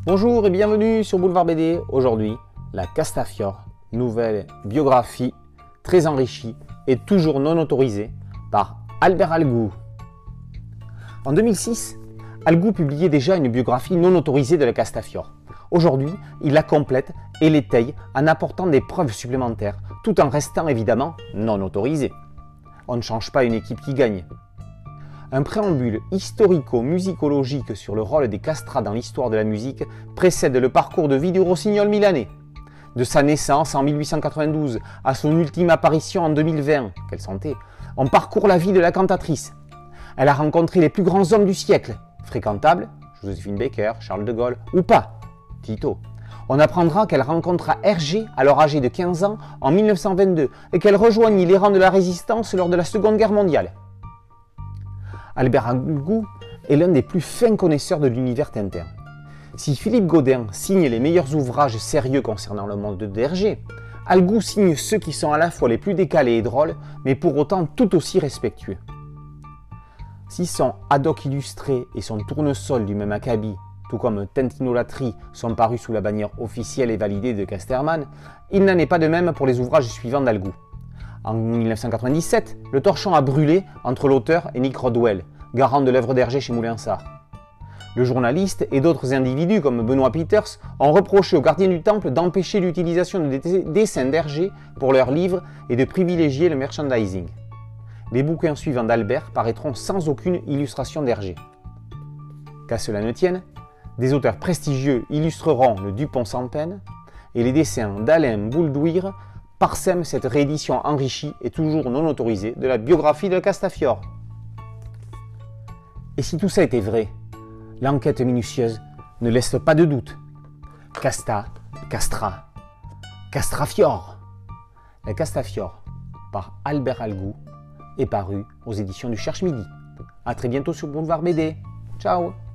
Bonjour et bienvenue sur Boulevard BD. Aujourd'hui, la Castafiore, nouvelle biographie très enrichie et toujours non autorisée par Albert Algou. En 2006, Algou publiait déjà une biographie non autorisée de la Castafiore. Aujourd'hui, il la complète et l'étaye en apportant des preuves supplémentaires, tout en restant évidemment non autorisé. On ne change pas une équipe qui gagne. Un préambule historico-musicologique sur le rôle des castrats dans l'histoire de la musique précède le parcours de vie du rossignol milanais. De sa naissance en 1892 à son ultime apparition en 2020, quelle santé, on parcourt la vie de la cantatrice. Elle a rencontré les plus grands hommes du siècle, fréquentables, Joséphine Baker, Charles de Gaulle, ou pas, Tito. On apprendra qu'elle rencontra Hergé, alors âgé de 15 ans, en 1922, et qu'elle rejoignit les rangs de la résistance lors de la Seconde Guerre mondiale. Albert Algou est l'un des plus fins connaisseurs de l'univers Tintin. Si Philippe Godin signe les meilleurs ouvrages sérieux concernant le monde d'Hergé, Algou signe ceux qui sont à la fois les plus décalés et drôles, mais pour autant tout aussi respectueux. Si son Haddock illustré et son Tournesol du même acabit, tout comme Tintinolâtrie, sont parus sous la bannière officielle et validée de Casterman, il n'en est pas de même pour les ouvrages suivants d'Algou. En 1997, le torchon a brûlé entre l'auteur et Nick Rodwell, garant de l'œuvre d'Hergé chez Moulinsart. Le journaliste et d'autres individus comme Benoît Peters ont reproché aux gardiens du temple d'empêcher l'utilisation de dessins d'Hergé pour leurs livres et de privilégier le merchandising. Les bouquins suivants d'Albert paraîtront sans aucune illustration d'Hergé. Qu'à cela ne tienne, des auteurs prestigieux illustreront le Dupont sans peine et les dessins d'Alain Bouldouir parsème cette réédition enrichie et toujours non autorisée de la biographie de la Castafiore. Et si tout ça était vrai, l'enquête minutieuse ne laisse pas de doute. Casta, Castra, Castafiore. La Castafiore, par Albert Algou, est parue aux éditions du Cherche Midi. A très bientôt sur Boulevard BD. Ciao!